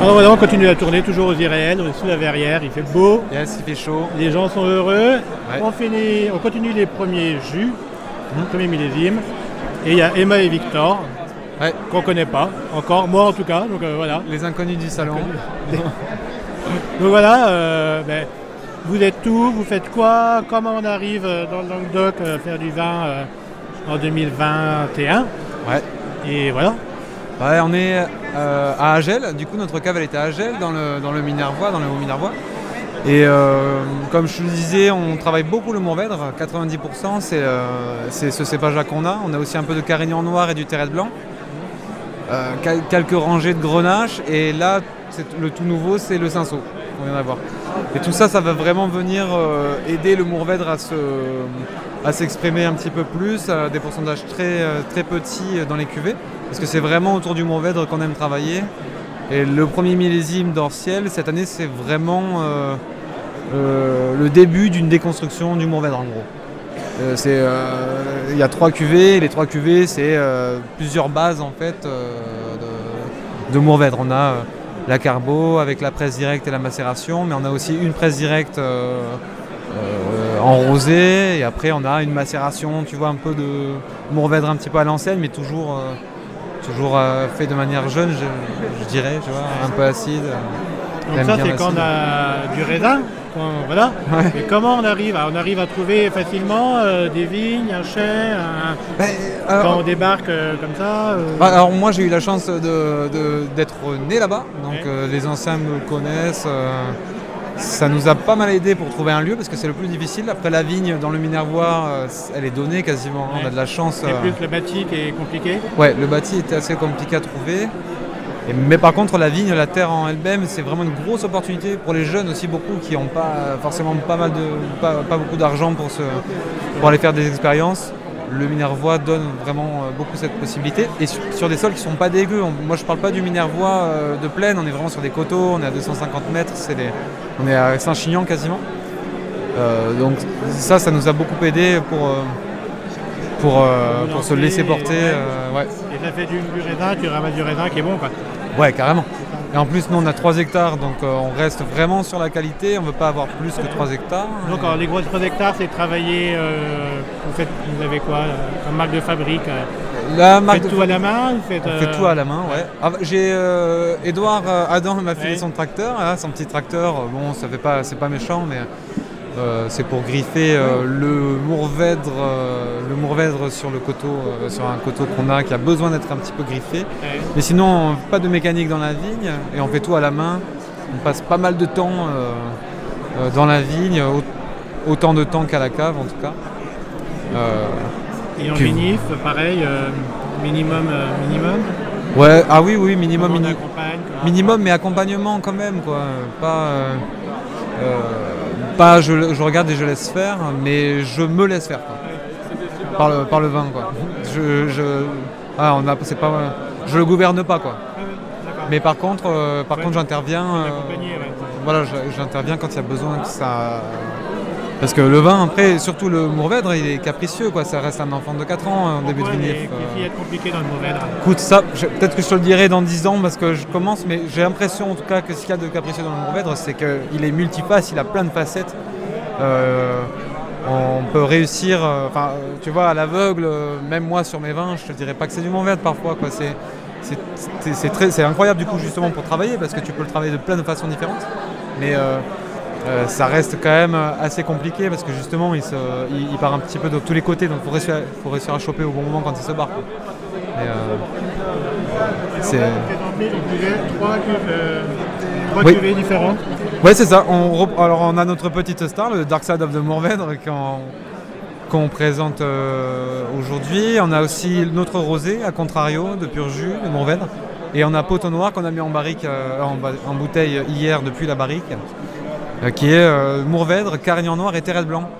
Alors voilà, on continue la tournée, toujours aux Irréels, on est sous la verrière, il fait beau, Yes, il fait chaud. les gens sont heureux. Ouais. On continue les premiers jus, premiers millésimes. Et il y a Emma et Victor, Ouais. qu'on ne connaît pas encore, moi en tout cas, donc voilà. Les inconnus du salon. Donc voilà, vous êtes où, vous faites quoi, comment on arrive dans le Languedoc faire du vin en 2021. Ouais. Et voilà. Ouais, on est à Agel. Du coup, notre cave elle était à Agel dans le Minervois, dans le Haut-Minervois. Et comme je te le disais, on travaille beaucoup le Mourvèdre. 90% c'est ce cépage-là qu'on a. On a aussi un peu de Carignan noir et du Terret blanc. Quelques rangées de Grenache. Et là, le tout nouveau, c'est le Cinsault qu'on vient d'avoir. Et tout ça, ça va vraiment venir aider le Mourvèdre à s'exprimer un petit peu plus, à des pourcentages très petits dans les cuvées. Parce que c'est vraiment autour du Mourvèdre qu'on aime travailler. Et le premier millésime d'Orciel, cette année, c'est vraiment le début d'une déconstruction du Mourvèdre, en gros. Il y a 3 cuvées, les 3 cuvées, c'est plusieurs bases en fait, de Mourvèdre. On a la carbo avec la presse directe et la macération, mais on a aussi une presse directe en rosé, et après on a une macération, tu vois, un peu de Mourvèdre un petit peu à l'ancienne, mais toujours fait de manière jeune, je dirais, tu vois, un peu acide. Donc ça, c'est quand on a du raisin, voilà. Ouais. Et comment on arrive à trouver facilement des vignes, un chai, quand on débarque comme ça Alors moi j'ai eu la chance d'être né là-bas, donc les anciens me connaissent. Ça nous a pas mal aidé pour trouver un lieu parce que c'est le plus difficile. Après la vigne dans le Minervois, elle est donnée quasiment, on a de la chance. C'est plus le bâti qui est compliqué. Ouais, le bâti était assez compliqué à trouver. Mais par contre la vigne, la terre en elle-même, c'est vraiment une grosse opportunité pour les jeunes aussi, beaucoup qui n'ont pas forcément pas beaucoup d'argent pour aller faire des expériences. Le Minervois donne vraiment beaucoup cette possibilité, et sur des sols qui ne sont pas dégueux. Moi je parle pas du Minervois de plaine, on est vraiment sur des coteaux, on est à 250 mètres, on est à Saint-Chinian quasiment. Donc ça nous a beaucoup aidé pour se laisser porter. Ouais. Et ça fait du raisin, tu ramasses du raisin qui est bon, quoi. Ouais, carrément. Et en plus, nous, on a 3 hectares, donc on reste vraiment sur la qualité. On ne veut pas avoir plus que 3 hectares. Donc, alors, les gros 3 hectares, c'est travailler. Vous avez quoi comme marque de fabrique Vous faites tout à la main On fait tout à la main, ouais. Ah, j'ai Edouard Adam m'a filé son tracteur, là, son petit tracteur. Bon, c'est pas méchant, mais c'est pour griffer le Mourvèdre sur le coteau, sur un coteau qu'on a qui a besoin d'être un petit peu griffé. Ouais. Mais sinon, pas de mécanique dans la vigne et on fait tout à la main. On passe pas mal de temps dans la vigne, autant de temps qu'à la cave en tout cas. Et en vinif, pareil, minimum. Ouais, ah oui, minimum. Minimum, mais accompagnement quand même, quoi. Pas je regarde et je laisse faire, mais je me laisse faire, quoi. Par le vin, quoi. Je le gouverne pas, quoi. Mais par contre j'interviens. Voilà, j'interviens quand il y a besoin que ça. Parce que le vin, après, surtout le Mourvèdre, il est capricieux, quoi. Ça reste un enfant de 4 ans en début de vinif. Qu'est-ce qui est compliqué dans le Mourvèdre ? Écoute, ça, peut-être que je te le dirai dans 10 ans parce que je commence, mais j'ai l'impression en tout cas que ce qu'il y a de capricieux dans le Mourvèdre, c'est qu'il est multiface, il a plein de facettes. On peut réussir, tu vois, à l'aveugle, même moi sur mes vins, je te dirais pas que c'est du Mourvèdre parfois, quoi. C'est incroyable du coup justement pour travailler parce que tu peux le travailler de plein de façons différentes. Mais ça reste quand même assez compliqué parce que justement il part un petit peu de tous les côtés, donc il faut réussir à choper au bon moment quand il se barre, quoi. C'est... Trois cuvées différentes. Ouais, c'est ça. Alors on a notre petite star, le Dark Side of the Mourvèdre qu'on présente aujourd'hui. On a aussi notre rosé à contrario de pur jus de Mourvèdre. Et on a Poteau Noir qu'on a mis en barrique, en bouteille hier depuis la barrique, qui est Mourvèdre, Carignan noir et Terret blanc,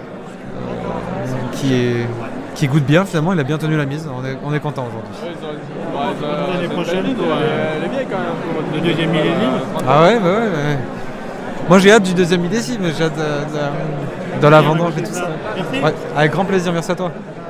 qui goûte bien finalement. Il a bien tenu la mise. On est content aujourd'hui. L'année prochaine pour le deuxième millésime. Ah ouais. Moi j'ai hâte du deuxième millésime. J'ai hâte de la vendange et tout ça. Merci. Ouais, avec grand plaisir. Merci à toi.